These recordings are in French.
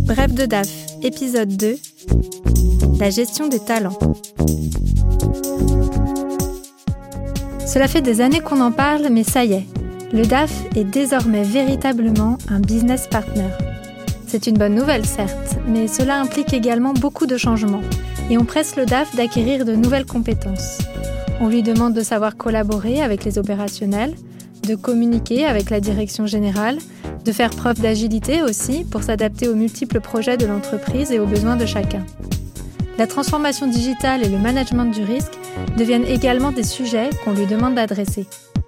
Bref de DAF, épisode 2, la gestion des talents. Cela fait des années qu'on en parle, mais ça y est, le DAF est désormais véritablement un business partner. C'est une bonne nouvelle, certes, mais cela implique également beaucoup de changements, et on presse le DAF d'acquérir de nouvelles compétences. On lui demande de savoir collaborer avec les opérationnels, de communiquer avec la direction générale, de faire preuve d'agilité aussi pour s'adapter aux multiples projets de l'entreprise et aux besoins de chacun. La transformation digitale et le management du risque deviennent également des sujets qu'on lui demande d'adresser.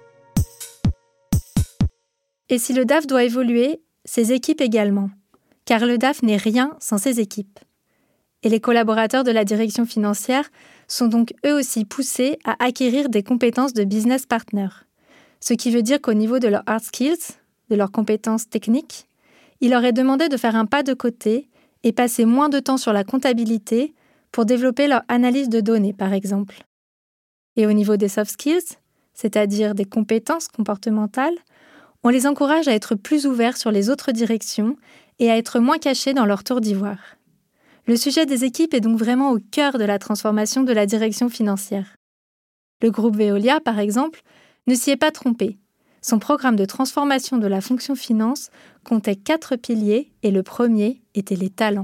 Et si le DAF doit évoluer, ses équipes également, car le DAF n'est rien sans ses équipes. Et les collaborateurs de la direction financière sont donc eux aussi poussés à acquérir des compétences de business partner. Ce qui veut dire qu'au niveau de leurs hard skills, de leurs compétences techniques, il leur est demandé de faire un pas de côté et passer moins de temps sur la comptabilité pour développer leur analyse de données, par exemple. Et au niveau des soft skills, c'est-à-dire des compétences comportementales, on les encourage à être plus ouverts sur les autres directions et à être moins cachés dans leur tour d'ivoire. Le sujet des équipes est donc vraiment au cœur de la transformation de la direction financière. Le groupe Veolia, par exemple, ne s'y est pas trompé. Son programme de transformation de la fonction finance comptait 4 piliers et le premier était les talents.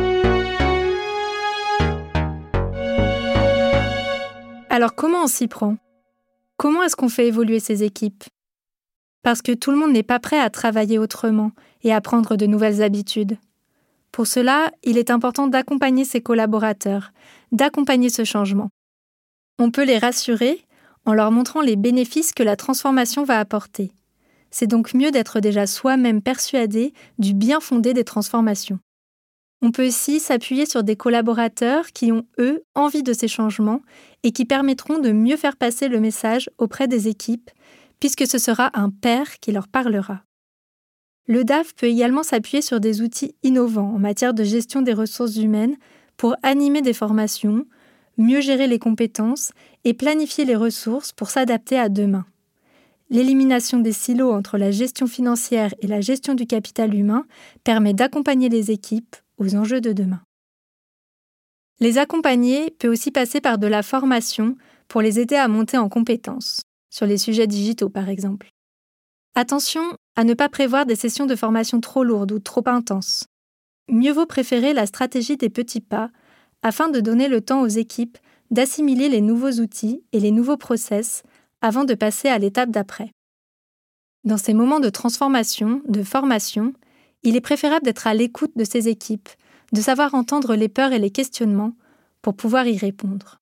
Alors comment on s'y prend ? Comment est-ce qu'on fait évoluer ces équipes ? Parce que tout le monde n'est pas prêt à travailler autrement et à prendre de nouvelles habitudes. Pour cela, il est important d'accompagner ses collaborateurs, d'accompagner ce changement. On peut les rassurer en leur montrant les bénéfices que la transformation va apporter. C'est donc mieux d'être déjà soi-même persuadé du bien fondé des transformations. On peut aussi s'appuyer sur des collaborateurs qui ont, eux, envie de ces changements et qui permettront de mieux faire passer le message auprès des équipes, puisque ce sera un pair qui leur parlera. Le DAF peut également s'appuyer sur des outils innovants en matière de gestion des ressources humaines pour animer des formations, mieux gérer les compétences et planifier les ressources pour s'adapter à demain. L'élimination des silos entre la gestion financière et la gestion du capital humain permet d'accompagner les équipes aux enjeux de demain. Les accompagner peut aussi passer par de la formation pour les aider à monter en compétences, sur les sujets digitaux par exemple. Attention à ne pas prévoir des sessions de formation trop lourdes ou trop intenses. Mieux vaut préférer la stratégie des petits pas afin de donner le temps aux équipes d'assimiler les nouveaux outils et les nouveaux process avant de passer à l'étape d'après. Dans ces moments de transformation, de formation, il est préférable d'être à l'écoute de ces équipes, de savoir entendre les peurs et les questionnements pour pouvoir y répondre.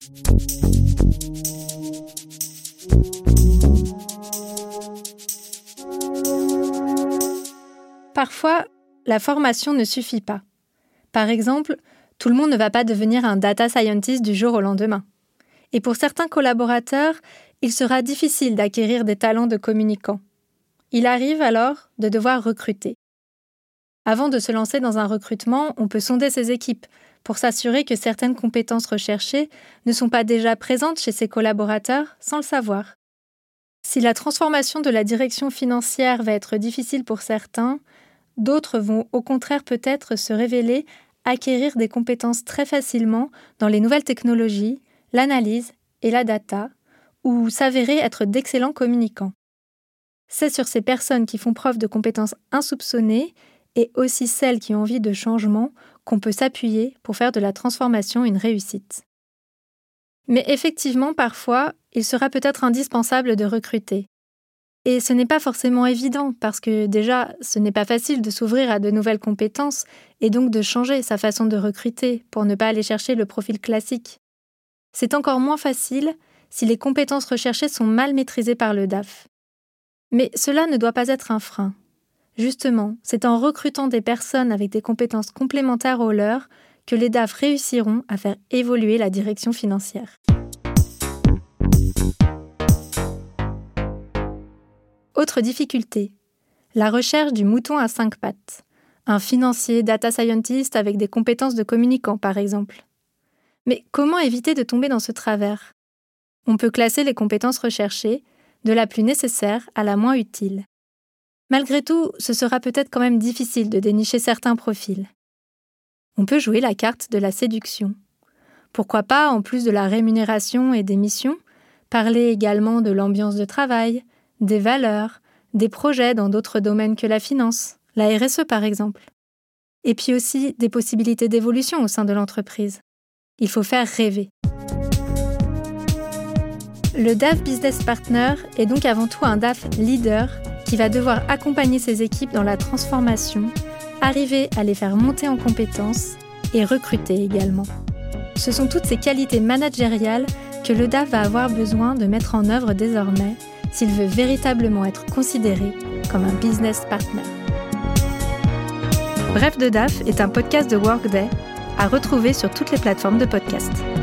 Parfois, la formation ne suffit pas. Par exemple, tout le monde ne va pas devenir un data scientist du jour au lendemain. Et pour certains collaborateurs, il sera difficile d'acquérir des talents de communicants. Il arrive alors de devoir recruter. Avant de se lancer dans un recrutement, on peut sonder ses équipes pour s'assurer que certaines compétences recherchées ne sont pas déjà présentes chez ses collaborateurs sans le savoir. Si la transformation de la direction financière va être difficile pour certains, d'autres vont au contraire peut-être se révéler acquérir des compétences très facilement dans les nouvelles technologies, l'analyse et la data, ou s'avérer être d'excellents communicants. C'est sur ces personnes qui font preuve de compétences insoupçonnées et aussi celles qui ont envie de changement qu'on peut s'appuyer pour faire de la transformation une réussite. Mais effectivement, parfois, il sera peut-être indispensable de recruter. Et ce n'est pas forcément évident parce que déjà, ce n'est pas facile de s'ouvrir à de nouvelles compétences et donc de changer sa façon de recruter pour ne pas aller chercher le profil classique. C'est encore moins facile si les compétences recherchées sont mal maîtrisées par le DAF. Mais cela ne doit pas être un frein. Justement, c'est en recrutant des personnes avec des compétences complémentaires aux leurs que les DAF réussiront à faire évoluer la direction financière. Autre difficulté, la recherche du mouton à 5 pattes. Un financier, data scientist avec des compétences de communicant, par exemple. Mais comment éviter de tomber dans ce travers ? On peut classer les compétences recherchées, de la plus nécessaire à la moins utile. Malgré tout, ce sera peut-être quand même difficile de dénicher certains profils. On peut jouer la carte de la séduction. Pourquoi pas, en plus de la rémunération et des missions, parler également de l'ambiance de travail, des valeurs, des projets dans d'autres domaines que la finance, la RSE par exemple. Et puis aussi des possibilités d'évolution au sein de l'entreprise. Il faut faire rêver. Le DAF Business Partner est donc avant tout un DAF leader qui va devoir accompagner ses équipes dans la transformation, arriver à les faire monter en compétences et recruter également. Ce sont toutes ces qualités managériales que le DAF va avoir besoin de mettre en œuvre désormais s'il veut véritablement être considéré comme un business partner. Bref de DAF est un podcast de Workday à retrouver sur toutes les plateformes de podcast.